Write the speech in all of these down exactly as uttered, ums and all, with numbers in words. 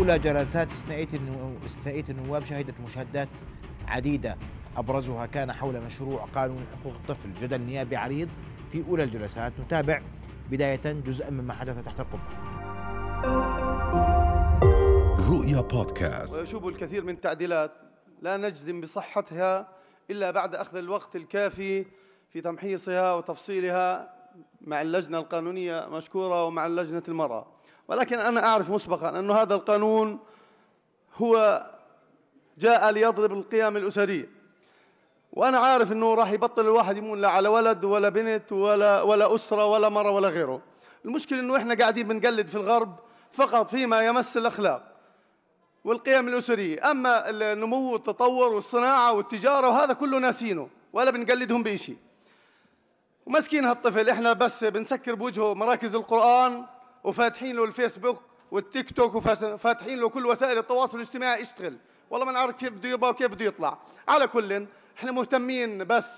أولى جلسات استثنائية النواب شهدت مشاهدات عديدة، أبرزها كان حول مشروع قانون حقوق الطفل، جدل نيابي عريض في أولى الجلسات. نتابع بداية جزءا مما حدث تحت القبة. رؤيا بودكاست. ويشوب الكثير من التعديلات لا نجزم بصحتها إلا بعد أخذ الوقت الكافي في تمحيصها وتفصيلها مع اللجنة القانونية مشكورة ومع اللجنة المرأة. ولكن أنا أعرف مسبقا أن هذا القانون هو جاء ليضرب القيم الأسرية، وأنا عارف أنه راح يبطل الواحد يمون لا على ولد ولا بنت ولا ولا أسرة ولا مرة ولا غيره. المشكلة أنه إحنا قاعدين بنقلد في الغرب فقط فيما يمس الأخلاق والقيم الأسرية، أما النمو والتطور والصناعة والتجارة وهذا كله ناسينه ولا بنقلدهم بإشي. ومسكين هالطفل إحنا بس بنسكر بوجهه مراكز القرآن وفاتحين له الفيسبوك والتيك توك وفاتحين له كل وسائل التواصل الاجتماعي يشتغل، والله ما نعرف كيف بده يبقى وكيف بده يطلع. على كل إحنا مهتمين بس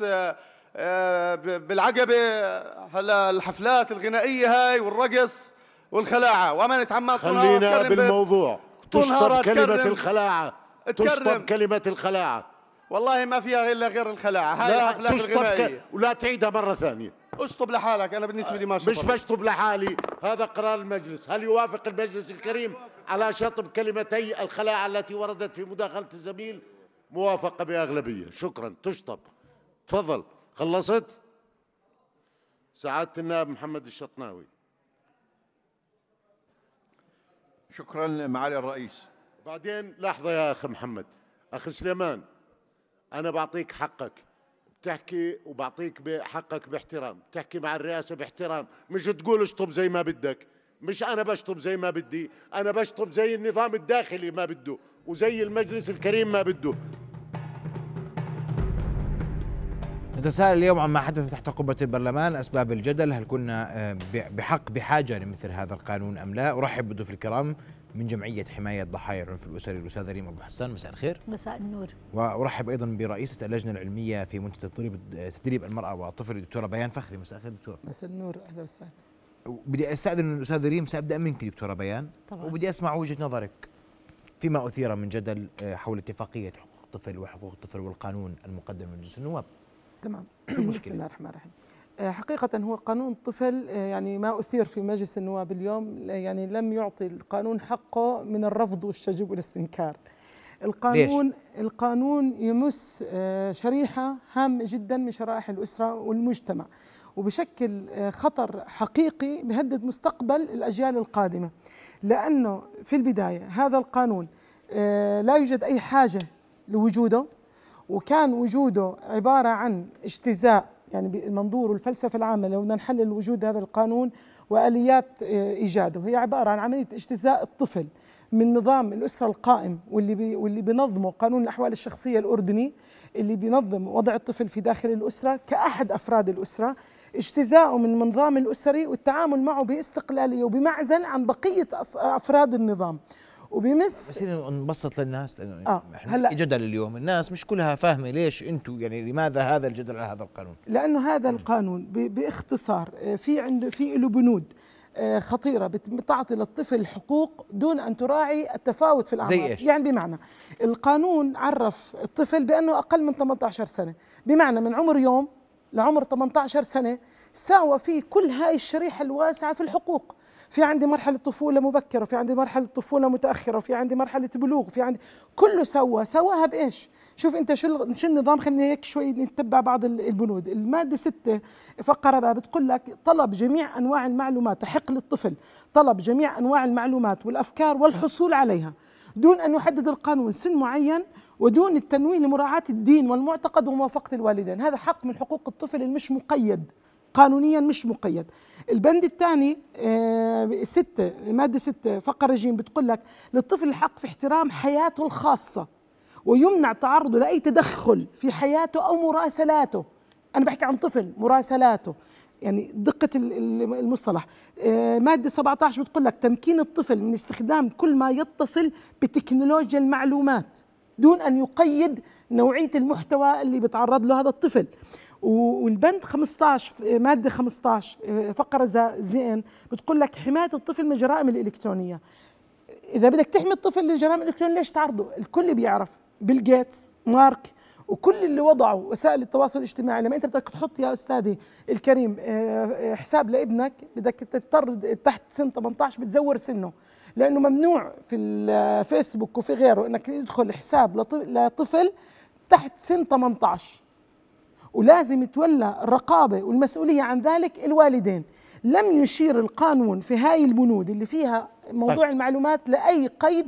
بالعقبة، هلا الحفلات الغنائية هاي والرقص والخلاعة، وما نتعمق. خلينا بالموضوع. تشطب كلمة الخلاعة، تشطب كلمة الخلاعة. والله ما فيها إلا غير الخلاعة هاي الحفلات الغنائية. ك... ولا تعيدها مرة ثانية. اشطب لحالك. أنا بالنسبة لي ما شطب. مش بشطب لحالي، هذا قرار المجلس. هل يوافق المجلس الكريم على شطب كلمتي الخلاعة التي وردت في مداخلة الزميل؟ موافقة بأغلبية. شكرا. تشطب. تفضل. خلصت؟ سعادة النائب محمد الشطناوي. شكرا معالي الرئيس. بعدين لحظة يا أخي محمد. أخي سليمان، أنا بعطيك حقك، بتحكي وبعطيك حقك باحترام، بتحكي مع الرئاسة باحترام، مش تقول اشطب زي ما بدك. مش أنا بشطب زي ما بدي، أنا بشطب زي النظام الداخلي ما بده وزي المجلس الكريم ما بده. نتساءل اليوم عما حدث تحت قبة البرلمان، أسباب الجدل، هل كنا بحق بحاجة لمثل هذا القانون أم لا؟ أرحب بالضيوف الكرام من جمعية حماية ضحايا العنف الأسري الأستاذة ريم أبو حسان، مساء الخير. مساء النور. وأرحب أيضا برئيسة اللجنة العلمية في منتدى تدريب تدريب المرأة والطفل الدكتورة بيان فخري، مساء الخير دكتورة. مساء النور، أهلا وسهلا. بدي أستأذن الأستاذة ريم، سأبدأ منك دكتورة بيان طبعا. وبدي أسمع وجهة نظرك فيما أثير من جدل حول اتفاقية حقوق الطفل وحقوق الطفل والقانون المقدم من مجلس النواب. تمام. بسم الله الرحمن الرحيم. حقيقة هو قانون الطفل يعني ما أثير في مجلس النواب اليوم يعني لم يعطي القانون حقه من الرفض والشجب والاستنكار. القانون ليش؟ القانون يمس شريحة هامة جدا من شرائح الأسرة والمجتمع، وبشكل خطر حقيقي بيهدد مستقبل الأجيال القادمة، لأنه في البداية هذا القانون لا يوجد أي حاجة لوجوده، وكان وجوده عبارة عن اجتزاء، يعني بالمنظور والفلسفة العامة لو بدنا نحلل وجود هذا القانون وآليات إيجاده، هي عبارة عن عملية اجتزاء الطفل من نظام الأسرة القائم واللي بي واللي بينظمه قانون الأحوال الشخصية الأردني، اللي بينظم وضع الطفل في داخل الأسرة كأحد أفراد الأسرة، اجتزاؤه من النظام الأسري والتعامل معه باستقلالية وبمعزل عن بقية أفراد النظام. وبيمس بس نبسط للناس لانه آه احنا جدل اليوم الناس مش كلها فاهمه ليش انتم يعني لماذا هذا الجدل على هذا القانون؟ لانه هذا القانون باختصار في عنده في له بنود خطيره بتعطي للطفل الحقوق دون ان تراعي التفاوت في الاعمار. زي إيش؟ يعني بمعنى القانون عرف الطفل بانه اقل من ثمانية عشر سنه، بمعنى من عمر يوم لعمر ثمانية عشر سنه ساوى فيه كل هاي الشريحه الواسعه في الحقوق. في عندي مرحلة طفولة مبكرة، وفي عندي مرحلة طفولة متأخرة، وفي عندي مرحلة بلوغ، في عندي كله سوا سواها بإيش؟ شوف أنت شو شو النظام. خلينا هيك شوي نتبع بعض البنود. المادة ستة فقرة بقى بتقول لك طلب جميع أنواع المعلومات، تحق للطفل طلب جميع أنواع المعلومات والأفكار والحصول عليها دون أن يحدد القانون سن معين ودون التنويه لمراعاة الدين والمعتقد وموافقة الوالدين. هذا حق من حقوق الطفل المش مقيد قانونيا، مش مقيد. البند الثاني آه ستة مادة ستة فقرة جيم بتقول لك للطفل الحق في احترام حياته الخاصة ويمنع تعرضه لأي تدخل في حياته أو مراسلاته. أنا بحكي عن طفل مراسلاته، يعني دقة المصطلح. آه مادة سبعة عشر بتقول لك تمكين الطفل من استخدام كل ما يتصل بتكنولوجيا المعلومات دون أن يقيد نوعية المحتوى اللي بتعرض له هذا الطفل. والبند خمسة عشر مادة خمسة عشر فقرة زين بتقول لك حماية الطفل من الجرائم الإلكترونية. إذا بدك تحمي الطفل للجرائم الإلكترونية ليش تعرضه؟ الكل بيعرف، بيل جيتس، مارك، وكل اللي وضعوا وسائل التواصل الاجتماعي. لما أنت بدك تحط يا أستاذي الكريم حساب لابنك بدك تضطر تحت سن ثمانية عشر بتزور سنه، لأنه ممنوع في الفيسبوك وفي غيره أنك تدخل حساب لطفل تحت سن ثمانية عشر، ولازم يتولى الرقابة والمسؤولية عن ذلك الوالدين. لم يشير القانون في هاي البنود اللي فيها موضوع طيب. المعلومات لأي قيد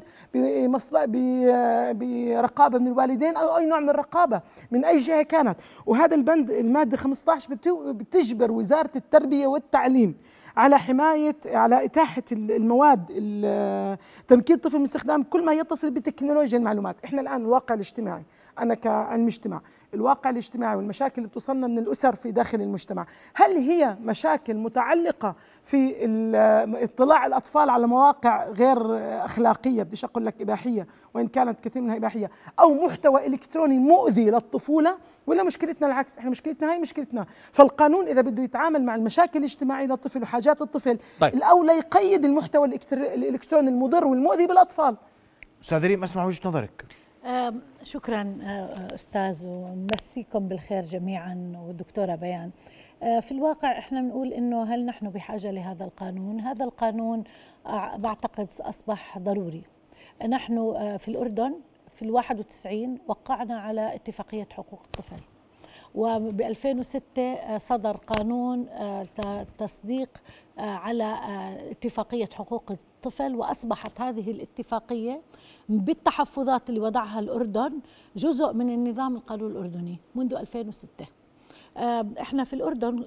برقابة من الوالدين أو أي نوع من الرقابة من أي جهة كانت. وهذا البند المادة خمسة عشر بتجبر وزارة التربية والتعليم على حماية على إتاحة المواد تمكين الطفل من استخدام كل ما يتصل بتكنولوجيا المعلومات. إحنا الآن الواقع الاجتماعي، أنا كعلم اجتماع، الواقع الاجتماعي والمشاكل اللي توصلنا من الأسر في داخل المجتمع، هل هي مشاكل متعلقة في اطلاع الأطفال على مواقع غير أخلاقية، بديش أقول لك إباحية وإن كانت كثير منها إباحية، أو محتوى إلكتروني مؤذي للطفولة، ولا مشكلتنا العكس؟ إحنا مشكلتنا هاي مشكلتنا. فالقانون إذا بده يتعامل مع المشاكل الاجتماعية للطفل وحاجات الطفل طيب. الأولى يقيد المحتوى الإلكتروني المضر والمؤذي بالأطفال. أستاذ ريم أسمع وجهة نظرك. شكرا أستاذ، ومسيكم بالخير جميعا والدكتورة بيان. في الواقع احنا بنقول انه هل نحن بحاجة لهذا القانون؟ هذا القانون بعتقد أصبح ضروري. نحن في الأردن في الواحد وتسعين وقعنا على اتفاقية حقوق الطفل، وب ألفين وستة صدر قانون تصديق على اتفاقية حقوق الطفل، وأصبحت هذه الاتفاقية بالتحفظات اللي وضعها الأردن جزء من النظام القانوني الأردني منذ ألفين وستة. احنا في الأردن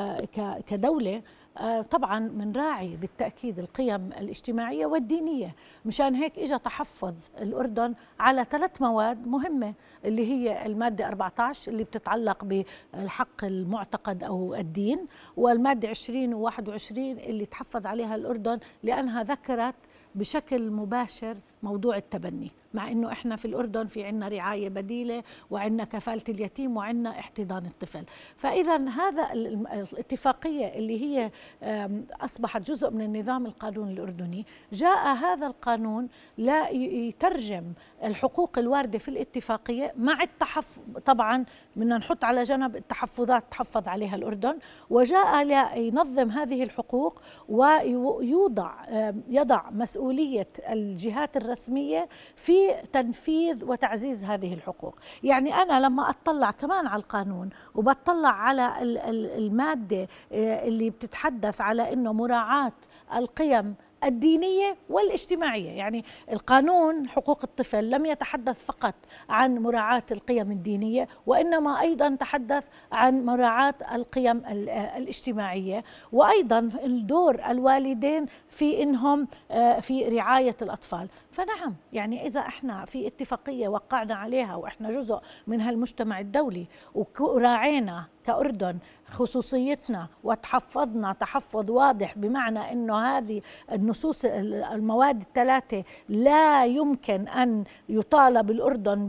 كدولة طبعا منراعي بالتأكيد القيم الاجتماعية والدينية، مشان هيك اجى تحفظ الأردن على ثلاث مواد مهمة، اللي هي المادة أربعة عشر اللي بتتعلق بالحق المعتقد أو الدين، والمادة عشرين وواحد وعشرين اللي تحفظ عليها الأردن لأنها ذكرت بشكل مباشر موضوع التبني، مع انه احنا في الاردن في عنا رعايه بديله وعنا كفاله اليتيم وعنا احتضان الطفل. فاذا هذا الاتفاقيه اللي هي اصبحت جزء من النظام القانوني الاردني، جاء هذا القانون لا يترجم الحقوق الوارده في الاتفاقيه مع التحفظ. طبعا بدنا نحط على جنب التحفظات تحفظ عليها الاردن، وجاء لينظم هذه الحقوق ويوضع يضع مسؤوليه الجهات الرسمية في تنفيذ وتعزيز هذه الحقوق. يعني أنا لما أطلع كمان على القانون وبطلع على المادة اللي بتتحدث على إنه مراعاة القيم الدينية والاجتماعية، يعني القانون حقوق الطفل لم يتحدث فقط عن مراعاة القيم الدينية، وإنما أيضا تحدث عن مراعاة القيم الاجتماعية، وأيضا الدور الوالدين في إنهم في رعاية الأطفال. فنعم، يعني إذا إحنا في اتفاقية وقعنا عليها وإحنا جزء من هالمجتمع الدولي وراعينا كأردن خصوصيتنا وتحفظنا تحفظ واضح، بمعنى أنه هذه النصوص المواد الثلاثة لا يمكن أن يطالب الأردن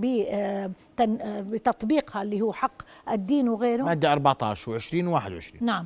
بتطبيقها، اللي هو حق الدين وغيره، مادة أربعة عشر وعشرين وواحد وعشرين. نعم.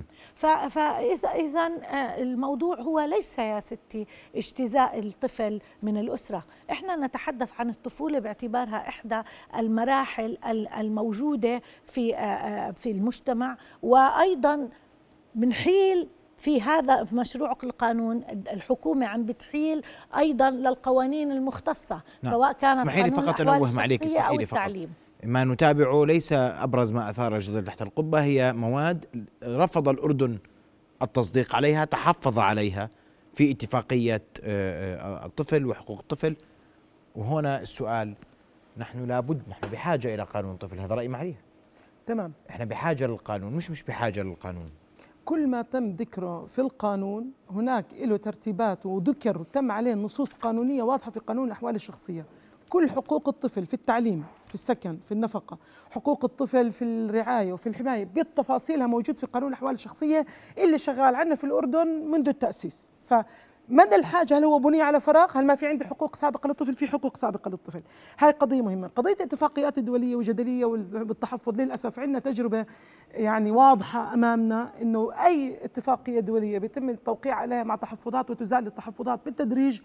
فإذا إذا الموضوع هو ليس يا ستي اجتزاء الطفل من الأسرة، إحنا نتحدث عن الطفولة باعتبارها إحدى المراحل الموجودة في في المجتمع، وأيضا بنحيل في هذا في مشروع القانون الحكومة عم بتحيل أيضا للقوانين المختصة، نعم. سواء كانت اسمحي لي فقط أنوه معليك، أو التعليم. ما نتابعه ليس أبرز ما أثار الجدل تحت القبة، هي مواد رفض الأردن التصديق عليها، تحفظ عليها في اتفاقية الطفل وحقوق الطفل. وهنا السؤال، نحن لابد نحن بحاجة إلى قانون الطفل، هذا رأي معليه. تمام، احنا بحاجة للقانون، مش مش بحاجة للقانون. كل ما تم ذكره في القانون هناك له ترتيبات وذكر وتم عليه نصوص قانونية واضحة في قانون الأحوال الشخصية. كل حقوق الطفل في التعليم، في السكن، في النفقة، حقوق الطفل في الرعاية وفي الحماية بالتفاصيلها موجود في قانون الأحوال الشخصية اللي شغال عنا في الأردن منذ التأسيس. ف مدى الحاجة، هل هو بني على فراغ؟ هل ما في عندي حقوق سابقة للطفل؟ في حقوق سابقة للطفل. هاي قضية مهمة. قضية الاتفاقيات الدولية وجدلية والتحفظ، للأسف عندنا تجربة يعني واضحة أمامنا إنه أي اتفاقية دولية بيتم التوقيع عليها مع تحفظات وتزال التحفظات بالتدريج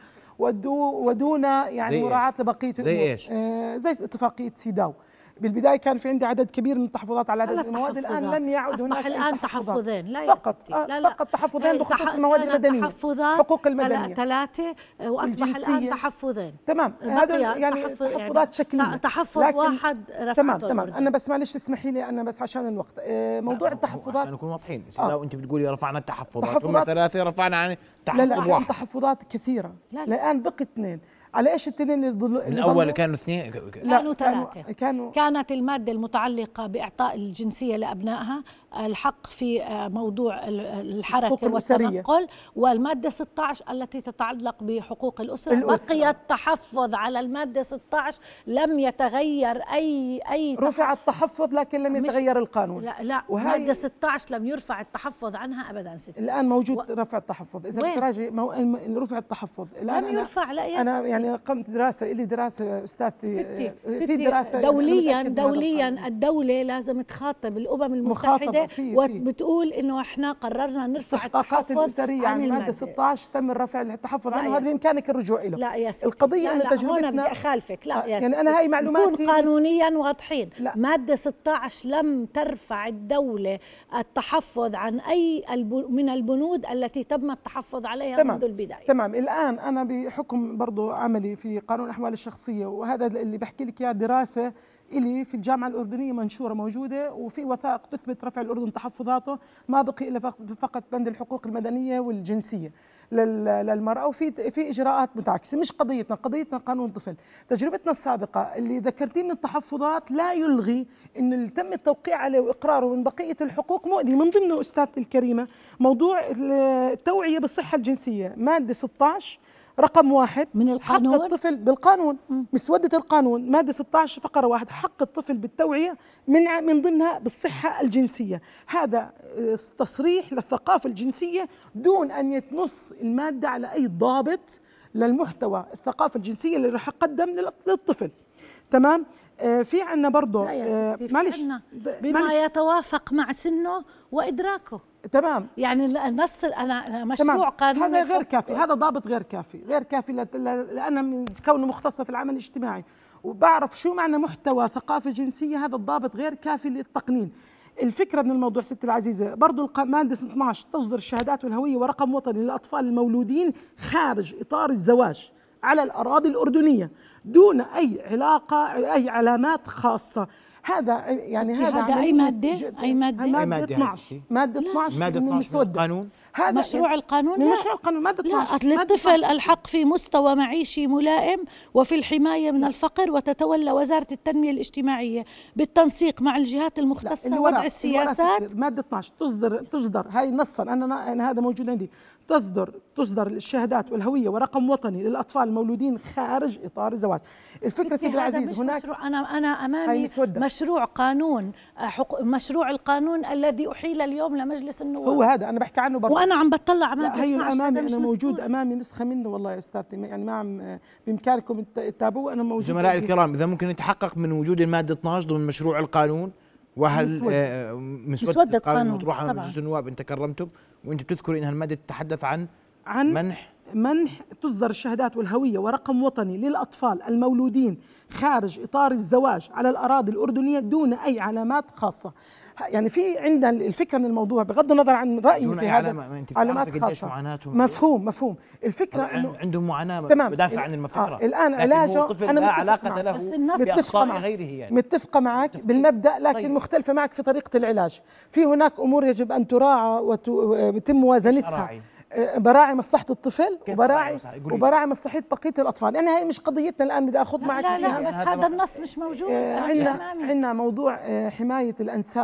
ودون يعني مراعاة لبقية الأمور. زي إيش؟ آه زي اتفاقية سيداو. بالبداية كان في عندي عدد كبير من التحفظات على عدد المواد، الآن لم يعد هناك الآن تحفظين. لا فقط آه لا لا. فقط تحفظين بخصوص المواد المدنية، حقوق المدنية ثلاثة، وأصبح الآن تحفظين. تمام، هذا يعني تحفظات يعني شكلية. تحفظ واحد رفعته. تمام تمام. أنا بس معلش اسمحي لي، أنا بس عشان الوقت آه موضوع التحفظات عشان نكون واضحين. لو أنت بتقولي رفعنا التحفظات هم ثلاثة، رفعنا عن تحفظ لا لا واحد. تحفظات كثيرة. لا لا. الآن بقي اثنين. على ايش الاثنين اللي الاول كانوا اثنين؟ كانوا ثلاثه. كانوا كانت الماده المتعلقه باعطاء الجنسيه لابنائها، الحق في موضوع الحركه والتنقل، والماده ستة عشر التي تتعلق بحقوق الاسره. الأسرة. بقي التحفظ على الماده ستة عشر، لم يتغير اي اي رفع التحفظ لكن لم يتغير القانون. لا لا، الماده ستة عشر لم يرفع التحفظ عنها ابدا. ستة. الان موجود و... رفع التحفظ. اذا تراجع مو... رفع التحفظ الان لم يرفع. لا يا انا يعني قمت دراسه لي دراسه استاذتي ستي في دراسه دوليا دوليا الدوله لازم تخاطب الامم المتحده وبتقول انه احنا قررنا نرفع التحفظ عن الماده ستة عشر. تم الرفع التحفظ عنه، هذا بامكانك الرجوع له. لا يا ستي، القضيه انه تجربتنا هون بدي اخالفك. لا يا يعني انا هاي معلوماتي نكون قانونيا واضحين. ماده ستة عشر لم ترفع الدوله التحفظ عن اي من البنود التي تم التحفظ عليها تمام. منذ البدايه. تمام. الان انا بحكم برضه عملي في قانون الأحوال الشخصية، وهذا اللي بحكي لك اياه دراسة إلي في الجامعة الأردنية منشورة موجودة، وفي وثائق تثبت رفع الأردن تحفظاته. ما بقي إلا فقط بند الحقوق المدنية والجنسية للمرأة، وفي في إجراءات متعاكسة. مش قضيتنا، قضيتنا قانون الطفل. تجربتنا السابقة اللي ذكرتيه من التحفظات لا يلغي إنه اللي تم التوقيع عليه وإقراره من بقية الحقوق مؤذي. من ضمنه أستاذتي الكريمة موضوع التوعية بالصحة الجنسية، مادة ستة عشر رقم واحد من القانون. حق الطفل بالقانون، مسودة القانون مادة ستة عشر فقرة واحد، حق الطفل بالتوعية من من ضمنها بالصحة الجنسية. هذا تصريح للثقافة الجنسية دون أن يتنص المادة على أي ضابط للمحتوى الثقافة الجنسية اللي راح يقدم للطفل. تمام. آه في عندنا برضه آه معلش بما معلش. يتوافق مع سنه وإدراكه. تمام. يعني النص انا مشروع قانوني هذا غير كافي، هذا ضابط غير كافي، غير كافي لأنا من كونه مختصة في العمل الاجتماعي وبعرف شو معنى محتوى ثقافة جنسية، هذا الضابط غير كافي للتقنين. الفكرة من الموضوع ستي العزيزة برضو مادة اثني عشر تصدر الشهادات والهوية ورقم وطني للأطفال المولودين خارج إطار الزواج على الأراضي الأردنية دون أي علاقة أي علامات خاصة. هذا يعني هذا هذا أي مادة؟ أي مادة؟ مادة اثني عشر. مادة اثني عشر مادة اثني عشر من القانون. هذا مشروع القانون. من مشروع القانون مادة اثني عشر. لا، للطفل الحق في مستوى معيشي ملائم وفي الحماية من لا. الفقر، وتتولى وزارة التنمية الاجتماعية بالتنسيق مع الجهات المختصة وضع السياسات. مادة اثني عشر تصدر تصدر هاي نصا أنا, أنا هذا موجود عندي، تصدر تصدر الشهادات والهوية ورقم وطني للأطفال المولودين خارج إطار الزواج. الفكرة سيدي العزيز هناك مشروع أنا أنا أمامي مشروع قانون مشروع القانون الذي أحيل اليوم لمجلس النواب. هو هذا أنا بحكي عنه برضه، وأنا عم بطلع مادة هي أمامي، أنا موجود أمامي نسخة منه والله يا أستاذتي، يعني ما عم بإمكانكم تتابعوه. أنا موجود. زملائي الكرام، إذا ممكن نتحقق من وجود المادة اثني عشر ضمن مشروع القانون، وهل مسودة, مسودة القانون مطروحة من مجلس النواب أنت كرمتم، وأنت بتذكري أنها المادة تتحدث عن عن منح منح تصدر الشهادات والهوية ورقم وطني للأطفال المولودين خارج إطار الزواج على الأراضي الأردنية دون أي علامات خاصة. يعني في عندنا الفكرة من الموضوع بغض النظر عن رأيي في هذا علامات خاصة. مفهوم مفهوم الفكرة إنه عندهم معاناة بدافع عن المفكرة. آه الآن علاجه أنا لا علاقة له بأخطاء غيره يعني. متفقة معك بالمبدأ، لكن طيب. مختلفة معك في طريقة العلاج. في هناك أمور يجب أن تراعى ويتم موازنتها، براعي مصلحة الطفل وبراعي وبراعي مصلحة بقية الأطفال. يعني هاي مش قضيتنا الآن، بدي أخذ معك لا لا بس هذا النص مش موجود. عندنا عندنا موضوع حماية الأنساب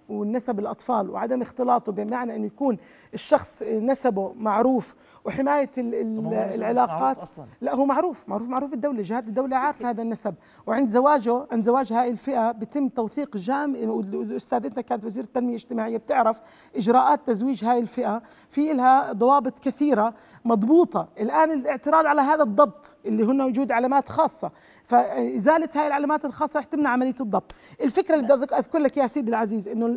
والنسب الأطفال وعدم اختلاطه، بمعنى أنه يكون الشخص نسبه معروف وحماية ال ال العلاقات. لا هو معروف معروف معروف الدولة، جهات الدولة عارفة هذا النسب. وعند زواجه عند زواج هاي الفئة بيتم توثيق جام. أستاذتنا كانت وزيرة التنمية الاجتماعية بتعرف إجراءات تزويج هاي الفئة في لها ضوابط كثيرة مضبوطة. الآن الاعتراض على هذا الضبط اللي هن وجود علامات خاصة، فإزالة هاي العلامات الخاصة رح تمنع عملية الضبط. الفكرة اللي بدي أذكر لك يا سيدي العزيز إنه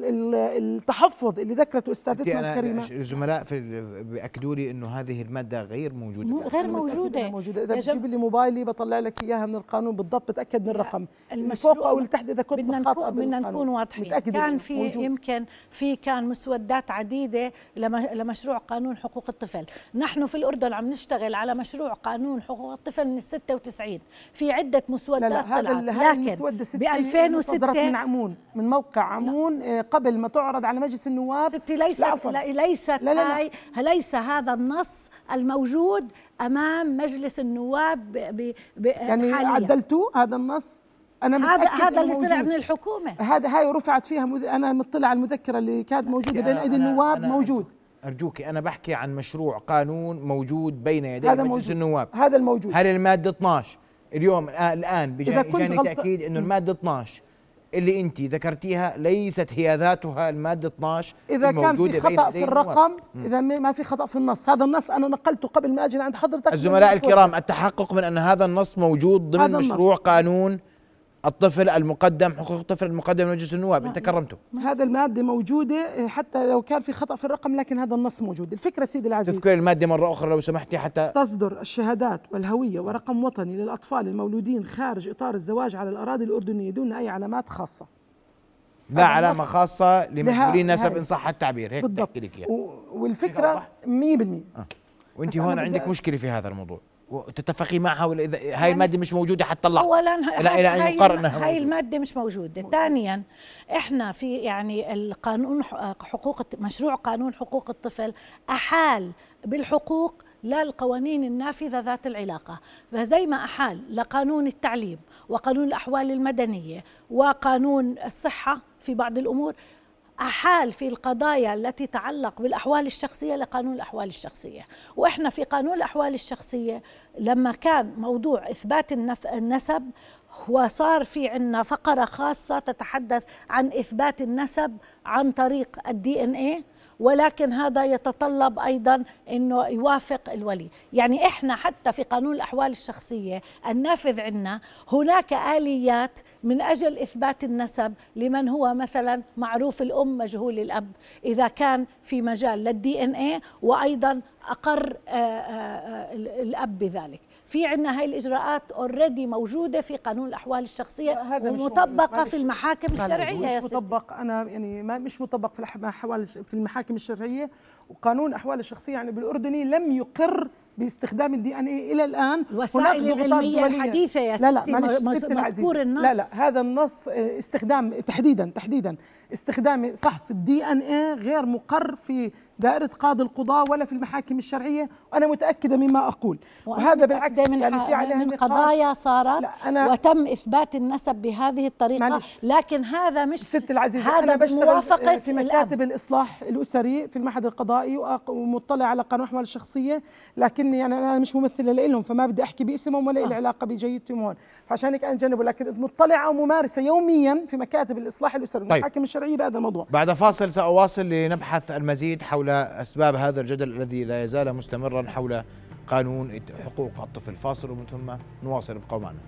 التحفظ اللي ذكرته أستاذتنا الكريمة، الزملاء في بيأكدوا لي إنه هذه المادة غير موجودة، غير موجودة. موجودة. إذا بتجيب لي موبايلي بطلع لك إياها من القانون بالضبط، بتأكد من الرقم اللي فوق أو اللي تحت إذا كنت خاطئة. بدنا نكون واضحين. كان في موجود. يمكن في كان مسودات عديدة لمشروع قانون حقوق الطفل. نحن في الأردن عم نشتغل على مشروع قانون حقوق الطفل من ستة وتسعين، في عدة مسودات لا لا طلعت، لكن ب ألفين وستة من عمون من موقع عمون لا. قبل ما تعرض على مجلس النواب. ستي ليست لا ليست لا لا هاي لا. ليس هذا النص الموجود أمام مجلس النواب ب ب يعني حاليا. عدلتوه هذا النص؟ أنا هذا هذا اللي طلع من الحكومة. هذا هاي رفعت فيها مذ... أنا مطلع على المذكرة اللي كانت موجودة بين أيدي النواب موجود. أرجوك أنا بحكي عن مشروع قانون موجود بين يدي مجلس موجود. النواب. هذا الموجود. هل المادة اثناشر اليوم الآن بجاني تأكيد إنه المادة اثناشر اللي أنت ذكرتيها ليست هي ذاتها المادة اثناشر إذا كان في خطأ في الرقم، إذا ما في خطأ في النص. هذا النص أنا نقلته قبل ما أجي عند حضرتك. الزملاء الكرام، التحقق من أن هذا النص موجود ضمن مشروع النص. قانون الطفل المقدم حقوق الطفل المقدم لمجلس النواب. انت كرمته. هذا الماده موجوده حتى لو كان في خطا في الرقم، لكن هذا النص موجود. الفكره سيدي العزيز تذكر الماده مره اخرى لو سمحتي حتى تصدر الشهادات والهويه ورقم وطني للاطفال المولودين خارج اطار الزواج على الاراضي الاردنيه دون اي علامات خاصه. لا علامه خاصه لمسؤولين نسب ان صح التعبير، هيك بحكي لك اياها. والفكره مية بالمية. آه. وانت هون عندك مشكله في هذا الموضوع وتتفقي معها، ولا اذا هاي يعني الماده مش موجوده حتطلع اولا الى ان يقر انها هاي الماده مش موجوده. ثانيا احنا في يعني القانون حقوق مشروع قانون حقوق الطفل احال بالحقوق لا القوانين النافذة ذات العلاقة، فزي ما أحال لقانون التعليم وقانون الأحوال المدنية وقانون الصحة في بعض الأمور، أحال في القضايا التي تتعلق بالأحوال الشخصية لقانون الأحوال الشخصية. وإحنا في قانون الأحوال الشخصية لما كان موضوع إثبات النسب وصار في عنا فقرة خاصة تتحدث عن إثبات النسب عن طريق الدي ان ايه، ولكن هذا يتطلب أيضا أنه يوافق الولي. يعني إحنا حتى في قانون الأحوال الشخصية النافذ عنا هناك آليات من أجل إثبات النسب لمن هو مثلا معروف الأم مجهول الأب، إذا كان في مجال للدي ان ايه وأيضا أقر آآ آآ الأب بذلك. في عنا هاي الإجراءات اوريدي موجودة في قانون الأحوال الشخصية ومطبقة في المحاكم الشرعية. مش مطبق، أنا يعني ما مش مطبق في الأحوال في المحاكم الشرعية. وقانون الأحوال الشخصية يعني بالأردني لم يقر باستخدام الدي ان اي الى الان. الوسائل العلميه الحديثه يا لا لا مذكور النص. لا لا هذا النص استخدام تحديدا تحديدا استخدام فحص الدي ان اي غير مقر في دائرة قاضي القضاء ولا في المحاكم الشرعية، وأنا متأكدة مما أقول. وهذا بالعكس من يعني في عليها من قضايا صارت وتم إثبات النسب بهذه الطريقة. معلش. لكن هذا مش ست العزيزة، أنا بشتغل في مكاتب الإصلاح الأسري في المعهد القضائي ومطلع على قانون الأحوال الشخصية، لكني يعني أنا مش ممثلة لهم فما بدي أحكي باسمهم ولا لي علاقة بجيدتهم هون، فعشان هيك أنا جنبه. لكن مطلعة وممارسة يوميا في مكاتب الإصلاح الأسري والمحاكم طيب. الشرعية بهذا الموضوع. بعد فاصل سأواصل لنبحث المزيد حول أسباب هذا الجدل الذي لا يزال مستمرا حول قانون حقوق الطفل. فاصل ومن ثم نواصل، ابقوا معنا.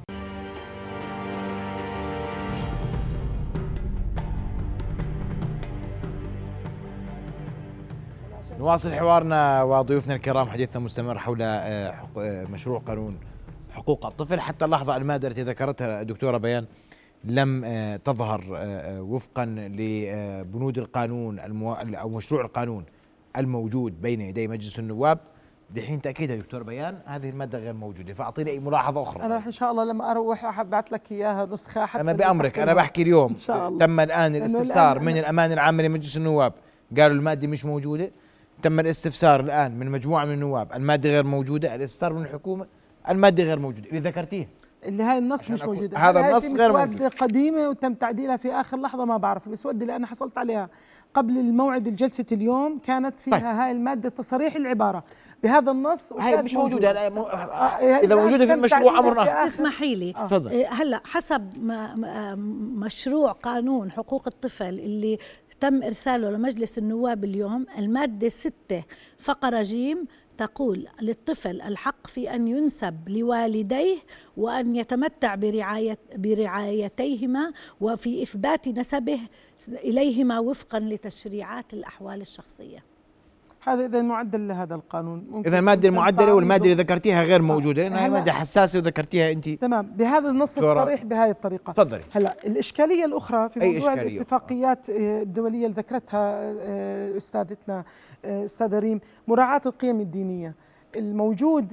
نواصل حوارنا وضيوفنا الكرام، حديثنا مستمر حول مشروع قانون حقوق الطفل. حتى اللحظة المادة التي ذكرتها الدكتورة بيان لم تظهر وفقا لبنود القانون أو مشروع القانون الموجود بين يدي مجلس النواب. دحين تأكيد دكتور بيان هذه المادة غير موجودة، فأعطيني أي ملاحظة أخرى. أنا إن شاء الله لما أروح راح أبعث لك إياها نسخة. حتى أنا بأمرك، أنا بحكي اليوم تم الآن الاستفسار من الأمانة العامة لمجلس النواب، قالوا المادة مش موجودة. تم الاستفسار الآن من مجموعة من النواب، المادة غير موجودة. الاستفسار من الحكومة، المادة غير موجودة اللي ذكرتيه. اللي هاي النص مش موجودة. هذا النص غير موجود، قديمة وتم تعديلها في آخر لحظة، ما بعرف. المسودة اللي أنا حصلت عليها قبل الموعد الجلسة اليوم كانت فيها طيب. هاي المادة تصريح العبارة بهذا النص، هاي مش موجودة. موجودة. مو... آه إذا موجودة في المشروع أمرنا. اسمحي لي آه. هلا حسب ما مشروع قانون حقوق الطفل اللي تم إرساله لمجلس النواب اليوم، المادة ستة فقرة جيم تقول للطفل الحق في أن ينسب لوالديه وأن يتمتع برعاية برعايتيهما وفي إثبات نسبه إليهما وفقا لتشريعات الأحوال الشخصية. هذا إذا معدل لهذا القانون. إذا المادة المعدلة والمادة اللي ذكرتيها غير موجودة، لأنها مادة حساسة وذكرتيها أنت. تمام، بهذا النص الصريح بهذه الطريقة. تفضلي. هلا الإشكالية الأخرى في موضوع الاتفاقيات الدولية اللي ذكرتها أستاذتنا أستاذة ريم، مراعاة القيم الدينية. الموجود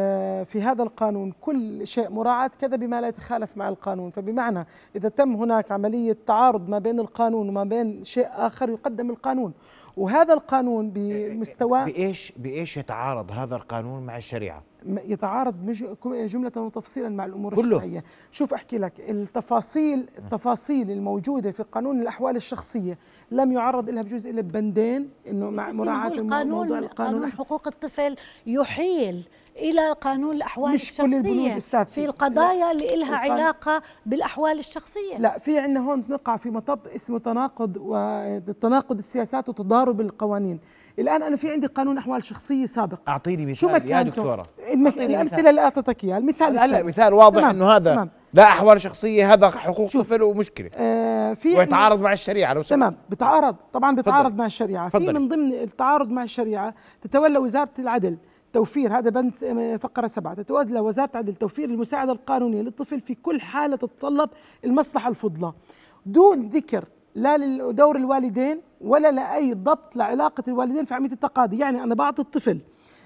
في هذا القانون كل شيء مراعاة كذا بما لا يتخالف مع القانون، فبمعنى إذا تم هناك عملية تعارض ما بين القانون وما بين شيء آخر يقدم القانون، وهذا القانون بمستوى بإيش بإيش يتعارض هذا القانون مع الشريعة؟ يتعارض جملة وتفصيلا مع الأمور كله. الشرعية. شوف أحكي لك التفاصيل التفاصيل الموجودة في قانون الأحوال الشخصية لم يعرض لها بجزء إلا ببندين، إنه مع مراعاة موضوع القانون. قانون حقوق الطفل يحيل إلى قانون الأحوال مش الشخصية كل في القضايا اللي إلها علاقة بالأحوال الشخصية. لا، في عندنا هون نقع في مطب اسمه تناقض وتناقض السياسات وتضارب القوانين. الآن أنا في عندي قانون أحوال شخصية سابق. أعطيني مثال يا دكتورة. الأمثلة اللي أعطتك إياها، المثال لا مثال واضح إنه هذا تمام. لا أحوال شخصية، هذا حقوق طفل ومشكلة آه في ويتعارض مع الشريعة. لو تمام، بتعارض طبعا بتعارض مع الشريعة. في من ضمن التعارض مع الشريعة تتولى وزارة العدل توفير، هذا بند فقرة سبعة، تتولى وزارة العدل توفير المساعدة القانونية للطفل في كل حالة تتطلب المصلحة الفضلى، دون ذكر لا لدور الوالدين ولا لأي ضبط لعلاقة الوالدين في عملية التقاضي. يعني أنا بعطي الطفل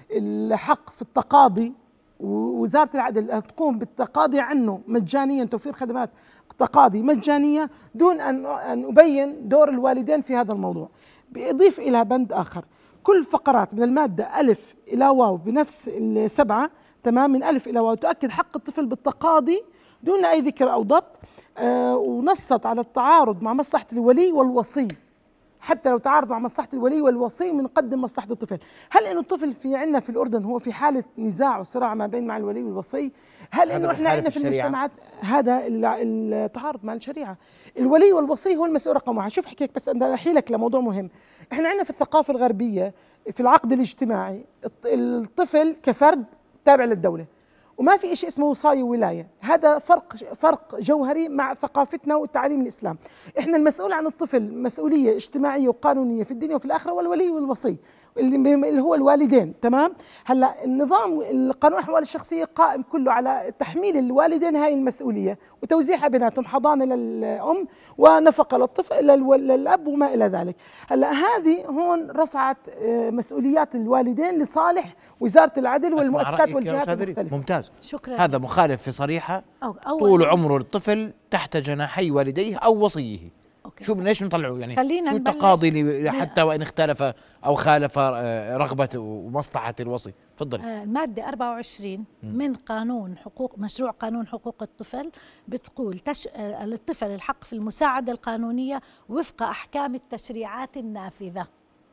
الحق في التقاضي، ووزارة العدل تقوم بالتقاضي عنه مجانيا، توفير خدمات تقاضي مجانية دون أن أن أبين دور الوالدين في هذا الموضوع. بيضيف إلى بند آخر، كل فقرات من المادة ألف إلى واو بنفس السبعة، تمام، من ألف إلى واو تؤكد حق الطفل بالتقاضي دون أي ذكر أو ضبط، آه ونصت على التعارض مع مصلحة الولي والوصي. حتى لو تعارض مع مصلحة الولي والوصي بنقدم مصلحة الطفل. هل إنه الطفل في عنا في الأردن هو في حالة نزاع وصراع ما بين مع الولي والوصي؟ هل إنه إحنا عندنا في المجتمعات هذا التعارض مع الشريعة؟ الولي والوصي هو المسؤول رقم واحد. شوف حكيك بس أنا أحيلك لموضوع مهم. إحنا عندنا في الثقافة الغربية في العقد الاجتماعي الطفل كفرد تابع للدولة، وما في شيء اسمه وصاية وولاية. هذا فرق فرق جوهري مع ثقافتنا وتعاليم الإسلام. إحنا المسؤول عن الطفل مسؤولية اجتماعية وقانونية في الدنيا وفي الآخرة، والولي والوصي اللي هو الوالدين. تمام. هلا النظام القانون الأحوال الشخصية قائم كله على تحميل الوالدين هاي المسؤولية وتوزيعها بيناتهم، حضانة للأم ونفقة للطفل للأب وما إلى ذلك. هلا هذه هون رفعت مسؤوليات الوالدين لصالح وزارة العدل والمؤسسات والجهات المختلفة. ممتاز. شكرا. هذا مخالف في صريحة طول عمره الطفل تحت جناحي والديه أو وصيه. أوكي. شو ليش نطلعه يعني؟ شو التقاضي حتى وإن اختلف أو خالف رغبة ومصلحة الوصي؟ تفضل. المادة أربعة وعشرين من قانون حقوق مشروع قانون حقوق الطفل بتقول تش... للطفل الحق في المساعدة القانونية وفق أحكام التشريعات النافذة.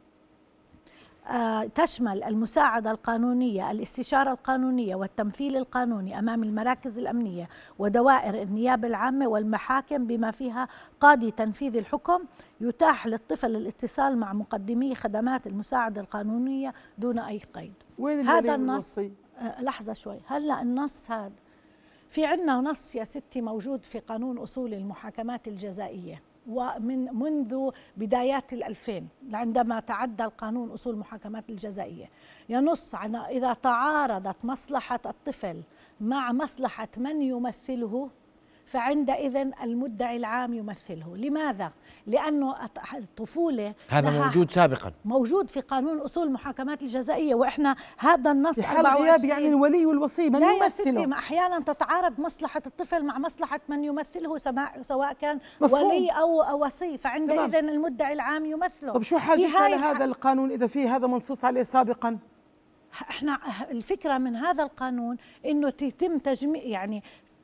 آه تشمل المساعدة القانونية، الاستشارة القانونية والتمثيل القانوني أمام المراكز الأمنية ودوائر النيابة العامة والمحاكم بما فيها قاضي تنفيذ الحكم. يتاح للطفل الاتصال مع مقدمي خدمات المساعدة القانونية دون أي قيد. وين هذا النص آه لحظة شوي. هلأ النص هذا في عنا نص يا ستي موجود في قانون أصول المحاكمات الجزائية، ومن منذ بدايات الألفين عندما تعدى القانون أصول المحاكمات الجزائية، ينص على إذا تعارضت مصلحة الطفل مع مصلحة من يمثله فعندئذ المدعي العام يمثله. لماذا؟ لأنه الطفولة هذا موجود سابقا، موجود في قانون أصول المحاكمات الجزائية، وإحنا هذا النص في حال غياب يعني الولي والوصي من لا يمثله. لا يا ستي، أحيانا تتعارض مصلحة الطفل مع مصلحة من يمثله سواء كان مفهوم. ولي أو وصي، فعندئذ المدعي العام يمثله. طب شو حاجتنا لهذا القانون إذا فيه هذا منصوص عليه سابقا؟ احنا الفكرة من هذا القانون إنه يتم تجميع يعني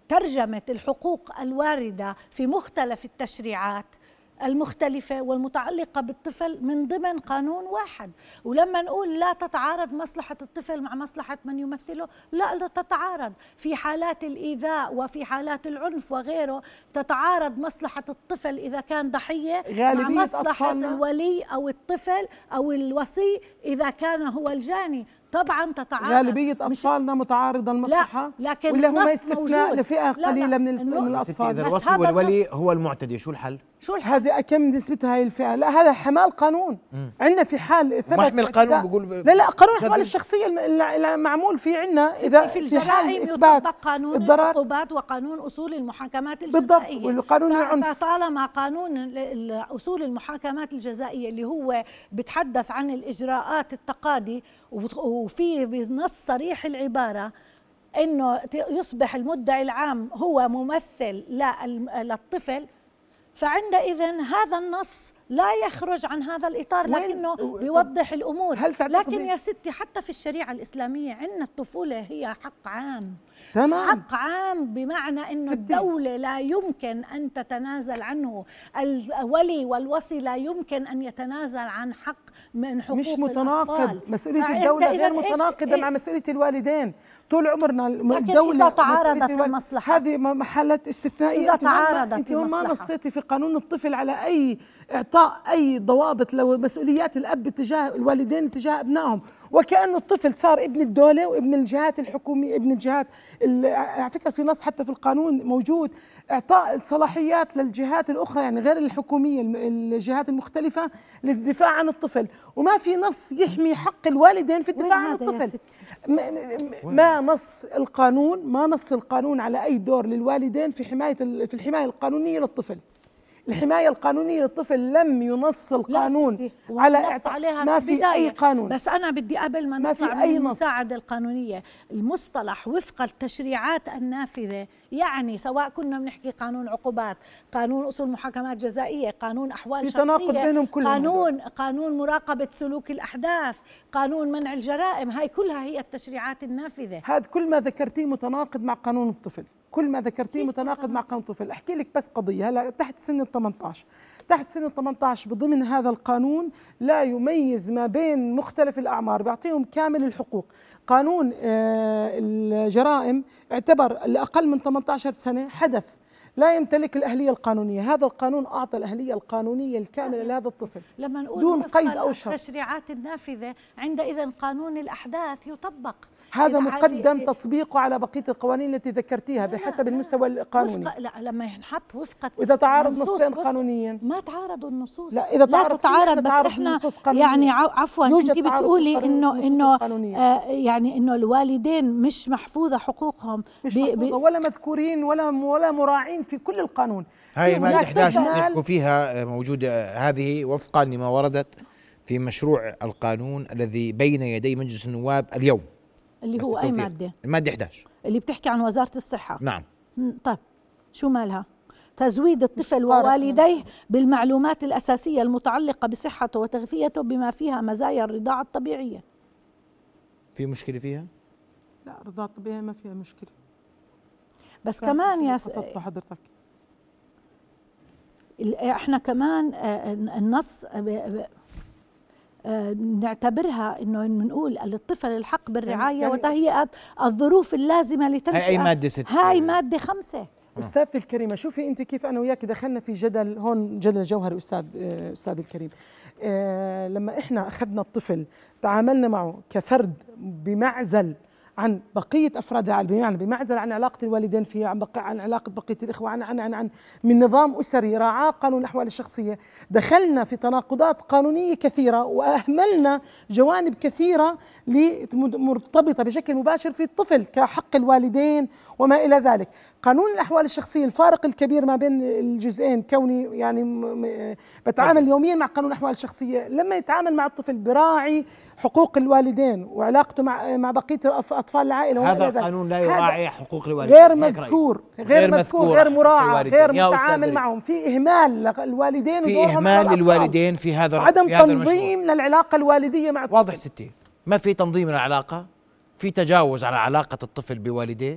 ترجمة الحقوق الواردة في مختلف التشريعات المختلفة والمتعلقة بالطفل من ضمن قانون واحد. ولما نقول لا تتعارض مصلحة الطفل مع مصلحة من يمثله، لا لا تتعارض. في حالات الإيذاء وفي حالات العنف وغيره تتعارض مصلحة الطفل إذا كان ضحية مع مصلحة الولي أو الطفل أو الوصي إذا كان هو الجاني. طبعا تتعارض. غالبية أطفالنا متعارضة المصلحة، لا لكن ولا هم استثناء لفئة قليلة لا لا من, من الأطفال. إذا الوصي والولي هو المعتدي شو الحل؟ شو الحل؟ هذه كم نسبتها هاي الفئة؟ لا هذا حمال قانون. عندنا في حال ثبت محمي القانون بقول لا لا قانون الأحوال الشخصية المعمول في عندنا إذا في الجرائم يطبق قانون العقوبات وقانون أصول المحاكمات الجزائية. بالضبط، والقانون العنف. فطالما قانون أصول المحاكمات الجزائية اللي هو بيتحدث عن الإجراءات التقاضي وفي بنص صريح العبارة إنه يصبح المدعي العام هو ممثل للطفل، فعندئذ هذا النص لا يخرج عن هذا الإطار، لكنه بيوضح الأمور. لكن يا ستي حتى في الشريعة الإسلامية عندنا الطفولة هي حق عام. تمام. حق عام بمعنى أنه الدولة لا يمكن أن تتنازل عنه، الولي والوصي لا يمكن أن يتنازل عن حق من حقوق مش متناقض الأطفال. مسؤولية الدولة غير متناقضة مع مسؤولية الوالدين. طول عمرنا إذا الدولة تعارضت المصلحة، هذه محلات استثنائية. إذا تعارضت أنت ما نصيتي في قانون الطفل على أي إعطاء أي ضوابط لمسؤوليات الأب تجاه الوالدين تجاه أبنائهم، وكأنه الطفل صار ابن الدولة وابن الجهات الحكومية، ابن الجهات. على فكرة في نص حتى في القانون موجود إعطاء الصلاحيات للجهات الأخرى يعني غير الحكومية، الجهات المختلفة للدفاع عن الطفل، وما في نص يحمي حق الوالدين في الدفاع عن الطفل. ما نص القانون ما نص القانون على أي دور للوالدين في حماية في الحماية القانونية للطفل. الحماية القانونية للطفل لم ينص القانون على عليها ما في, في أي قانون. بس أنا بدي قبل ما نطلع من المساعدة القانونية، المصطلح وفق التشريعات النافذة، يعني سواء كنا بنحكي قانون عقوبات، قانون أصول محاكمات جزائية، قانون أحوال شخصية، تناقض بينهم كلهم، قانون قانون مراقبة سلوك الأحداث، قانون منع الجرائم، هاي كلها هي التشريعات النافذة. هذا كل ما ذكرتيه متناقض مع قانون الطفل، كل ما ذكرتيه متناقض مع قانون الطفل. احكي لك بس قضيه هلا تحت سن ال ثمانية عشر، تحت سن ال ثمانية عشر بضمن هذا القانون لا يميز ما بين مختلف الاعمار، بيعطيهم كامل الحقوق. قانون آه الجرائم اعتبر الاقل من ثمانية عشر سنه حدث لا يمتلك الأهلية القانونية، هذا القانون أعطى الأهلية القانونية الكاملة لهذا الطفل لما نقول دون قيد أو شرط. التشريعات النافذة عندئذ قانون الأحداث يطبق، هذا مقدم تطبيقه على بقية القوانين التي ذكرتيها بحسب لا المستوى القانوني. لا لما ينحط وفق وإذا تعارض نصين قانونيا ما تعارضوا النصوص، لا إذا لا تتعارض، بس احنا يعني عفوا انت بتقولي انه انه آه يعني انه الوالدين مش محفوظة حقوقهم، مش محفوظة ولا مذكورين ولا ولا مراعين في كل القانون. هاي المادة إحدى عشر نحكوا فيها موجودة هذه وفقا لما وردت في مشروع القانون الذي بين يدي مجلس النواب اليوم، اللي هو أي مادة؟ المادة إحدى عشر اللي بتحكي عن وزارة الصحة. نعم. طيب شو مالها؟ تزويد الطفل ووالديه بالمعلومات الأساسية المتعلقة بصحته وتغذيته بما فيها مزايا الرضاعة الطبيعية. في مشكلة فيها؟ لا الرضاعة الطبيعية ما فيها مشكلة، بس كمان يا س... حضرتك احنا كمان النص نعتبرها انه بنقول للطفل الحق بالرعايه يعني وتهيئه الظروف اللازمه لتنشئه. هاي ماده ست هاي ماده خمسه. استاذتي الكريمه شوفي انت كيف انا وياك دخلنا في جدل هون، جدل جوهري. استاذ استاذ الكريم آه لما احنا اخذنا الطفل تعاملنا معه كفرد بمعزل عن بقية أفراد العائلة، بمعنى بمعزل عن علاقة الوالدين فيه، عن بقى عن علاقة بقية الإخوة، عن عن عن, عن من نظام أسري راعاه قانون الأحوال الشخصية. دخلنا في تناقضات قانونية كثيرة وأهملنا جوانب كثيرة مرتبطة بشكل مباشر في الطفل كحق الوالدين وما إلى ذلك. قانون الأحوال الشخصية الفارق الكبير ما بين الجزئين، كوني يعني بتعامل يوميا مع قانون الأحوال الشخصية، لما يتعامل مع الطفل براعي حقوق الوالدين وعلاقته مع مع بقيه اطفال العائله. هذا القانون لا يراعي حقوق الوالدين، غير مذكور غير مذكور غير مراعى غير متعامل معهم، في اهمال للوالدين في اهمال للوالدين في هذا عدم في هذا تنظيم للعلاقه الوالديه مع الطفل. واضح ستي، ما في تنظيم للعلاقه، في تجاوز على علاقه الطفل بوالديه،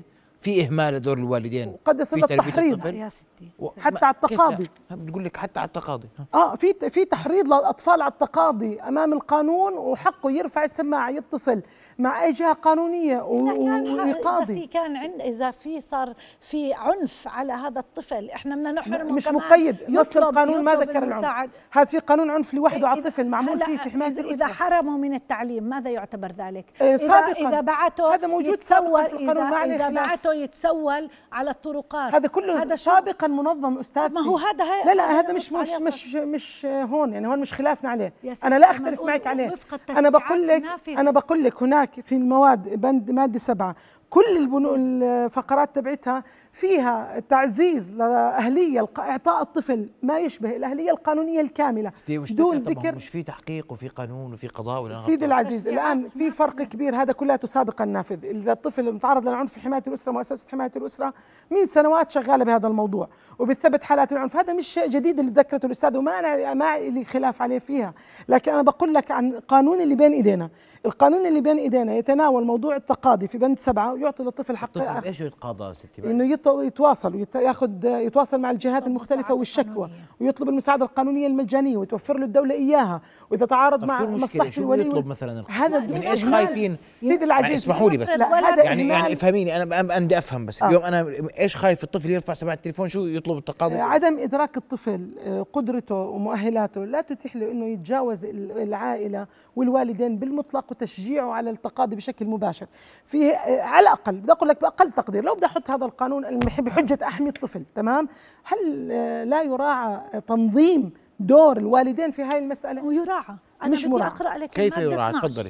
في اهمال لدور الوالدين وقد يصل للتحريض يا ستي حتى على التقاضي. بتقول لك حتى على التقاضي. اه في في تحريض للاطفال على التقاضي امام القانون، وحقه يرفع السماعه يتصل مع اي جهه قانونيه ويقاضي. اذا في كان عند اذا في صار في عنف على هذا الطفل احنا بدنا نحرمه. مش مقيد، نص القانون ما ذكر العنف. هذا في قانون عنف لوحده على الطفل معمول فيه في حمايه الاسره. اذا حرموا من التعليم ماذا يعتبر ذلك؟ إيه اذا اذا بعته هذا موجود سابقا في القانون، اذا, إذا بعته يتسول على الطرقات. هذا كله هذا سابقا منظم استاذ. ما هو هذا لا لا هذا مش مش مش مش هون، يعني هون مش خلافنا عليه. انا لا اختلف معك عليه. انا بقول لك انا بقول لك هناك في المواد بند ماده سبعة كل الفقرات تبعتها فيها تعزيز لأهلية إعطاء الطفل ما يشبه الأهلية القانونية الكاملة دون ذكر. مش في تحقيق وفي قانون وفي قضاء ولا سيدي العزيز الآن في فرق كبير، هذا كلها سابق النافذ. إذا الطفل متعرض للعنف في حماية الأسرة، مؤسسة حماية الأسرة من سنوات شغالة بهذا الموضوع وبتثبت حالات العنف، هذا مش شيء جديد اللي ذكرته الأستاذ وما ما لي خلاف عليه فيها. لكن أنا بقول لك عن القانون اللي بين إيدينا. القانون اللي بين ايدينا يتناول موضوع التقاضي في بند سبعة ويعطي للطفل حق. الطفل ايش يتقاضى ستي؟ انه يتواصل وياخذ يتواصل مع الجهات المختلفه والشكوى ويطلب المساعده القانونيه المجانيه وتوفر له الدوله اياها، واذا تعارض مع مصلحه الولي يطلب مثلا هذا من ايش خايفين؟ سيدي العزيز اسمحوا لي بس لا هذا يعني يعني افهميني انا بدي افهم بس. آه. اليوم انا ايش خايف الطفل يرفع سماعه التليفون شو يطلب التقاضي؟ عدم ادراك الطفل قدرته ومؤهلاته لا تتيح له انه يتجاوز العائله والوالدين بالمطلق وتشجيعه على التقاضي بشكل مباشر. في على الاقل بدي اقول لك باقل تقدير لو بدي احط هذا القانون بحجه احمي الطفل، تمام؟ هل لا يراعى تنظيم دور الوالدين في هاي المساله؟ ويراعى. انا مش بدي اقرا لك كيف يراعى؟ تفضلي.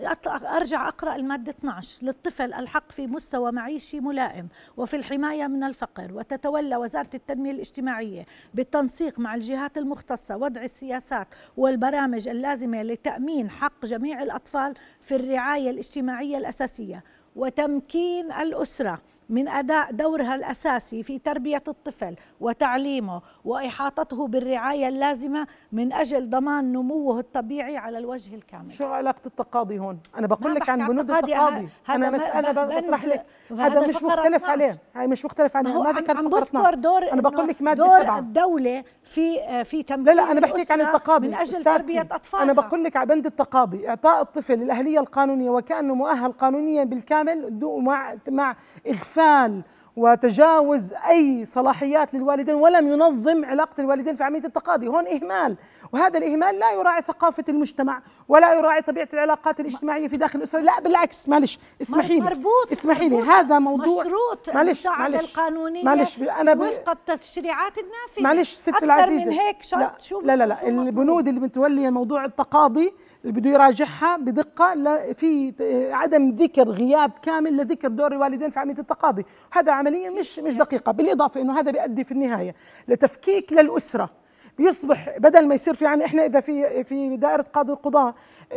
أرجع أقرأ المادة اثنعش: للطفل الحق في مستوى معيشي ملائم وفي الحماية من الفقر، وتتولى وزارة التنمية الاجتماعية بالتنسيق مع الجهات المختصة وضع السياسات والبرامج اللازمة لتأمين حق جميع الأطفال في الرعاية الاجتماعية الأساسية، وتمكين الأسرة من أداء دورها الأساسي في تربية الطفل وتعليمه وإحاطته بالرعاية اللازمة من أجل ضمان نموه الطبيعي على الوجه الكامل. شو علاقة التقاضي هون؟ أنا بقول لك عن بنود التقاضي. أنا مسألة بطرح لك هذا مش مختلف عليه، هاي مش مختلف عليه. ما ذكرت فقرة دور. أنا بقول لك مادة دور سبعة. الدولة في في تمكين لا لا أنا بحكيك عن التقاضي من أجل تربية أطفالها. أنا بقول لك على بند التقاضي إعطاء الطفل الأهلية القانونية وكأنه مؤهل قانونيا بالكامل مع مع إغفال وتجاوز أي صلاحيات للوالدين، ولم ينظم علاقة الوالدين في عملية التقاضي. هون إهمال، وهذا الإهمال لا يراعي ثقافة المجتمع ولا يراعي طبيعة العلاقات الاجتماعية في داخل الأسرة. لا بالعكس، معلش اسمحي لي اسمحي لي هذا موضوع مشروط معلش المساعدة القانونية معلش أنا ب... وفق التشريعات النافذة. معلش ست أكثر العزيزة من هيك شرط. لا شو لا لا, لا. البنود اللي بتولي موضوع التقاضي اللي بده يراجعها بدقة، لا في عدم ذكر غياب كامل لذكر دور الوالدين في عملية التقاضي. هذا عملية مش مش دقيقة، بالإضافة إنه هذا بيؤدي في النهاية لتفكيك للأسرة. بيصبح بدل ما يصير في يعني احنا اذا في في دائره قاضي القضاء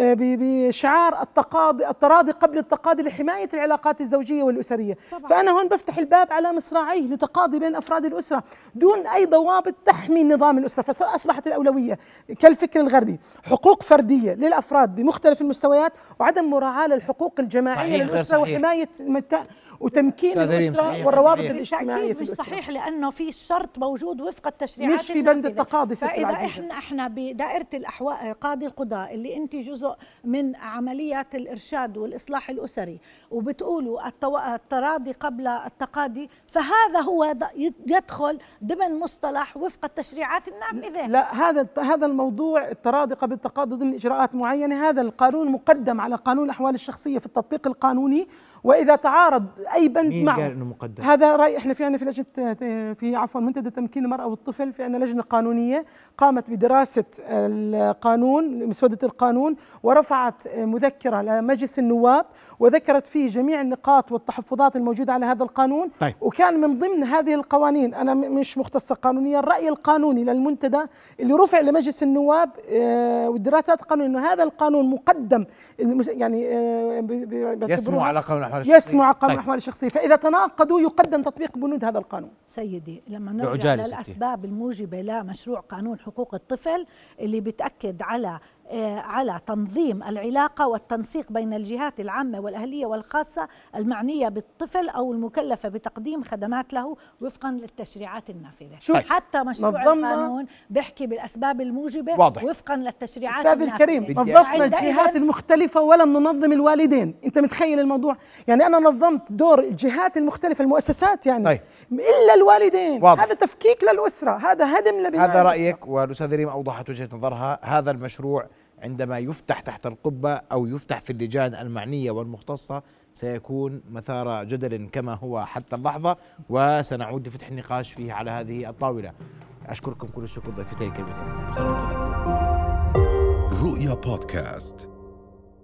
بشعار التقاضي التراضي قبل التقاضي لحمايه العلاقات الزوجيه والاسريه، طبعا. فانا هون بفتح الباب على مصراعيه لتقاضي بين افراد الاسره دون اي ضوابط تحمي نظام الاسره. فاصبحت الاولويه كالفكر الغربي حقوق فرديه للافراد بمختلف المستويات وعدم مراعاه للحقوق الجماعيه للاسره وحمايه وتمكين الاسره والروابط الاجتماعيه في مش الاسره. صحيح لانه في شرط موجود وفق التشريعات مش في بند التقاضي. فاذا احنا احنا بدائره الاحوال قاضي القضاء اللي انت جزء من عمليات الارشاد والاصلاح الاسري وبتقولوا التراضي قبل التقاضي، فهذا هو يدخل ضمن مصطلح وفق التشريعات النافذه. لا هذا هذا الموضوع التراضي قبل التقاضي ضمن اجراءات معينه، هذا القانون مقدم على قانون الاحوال الشخصيه في التطبيق القانوني، واذا تعارض اي بند معه هذا راي. احنا في عندنا في لجنه في عفوا منتدى تمكين المراه والطفل، في عندنا لجنه قانونيه قامت بدراسه القانون مسوده القانون ورفعت مذكره لمجلس النواب وذكرت فيه جميع النقاط والتحفظات الموجوده على هذا القانون. طيب. وكان من ضمن هذه القوانين، انا مش مختصه قانونيا، الراي القانوني للمنتدى اللي رفع لمجلس النواب والدراسات القانونيه انه هذا القانون مقدم يعني يسمو على قانون الاحوال الشخصيه يسمو على قانون الاحوال الشخصيه، فاذا تناقضوا يقدم تطبيق بنود هذا القانون. سيدي لما نرجع للاسباب الموجبه لمشروع قانون حقوق الطفل اللي بتاكد على على تنظيم العلاقة والتنسيق بين الجهات العامة والأهلية والخاصة المعنية بالطفل أو المكلفة بتقديم خدمات له وفقا للتشريعات النافذة. شوف حتى مشروع القانون بيحكي بالأسباب الموجبة واضح. وفقا للتشريعات أستاذ النافذة. الكريم نظفنا الجهات المختلفة ولم ننظم الوالدين. أنت متخيل الموضوع؟ يعني أنا نظمت دور الجهات المختلفة المؤسسات يعني طيب. إلا الوالدين. واضح. هذا تفكيك للأسرة، هذا هدم لبناء هذا الأسرة. رأيك، والأستاذ ريم أوضحت وجهة نظرها. هذا المشروع عندما يفتح تحت القبة أو يفتح في اللجان المعنية والمختصة سيكون مثار جدل كما هو حتى اللحظة، وسنعود لفتح النقاش فيه على هذه الطاولة. أشكركم كل الشكر ضيفتي الكريمتين. رؤيا بودكاست.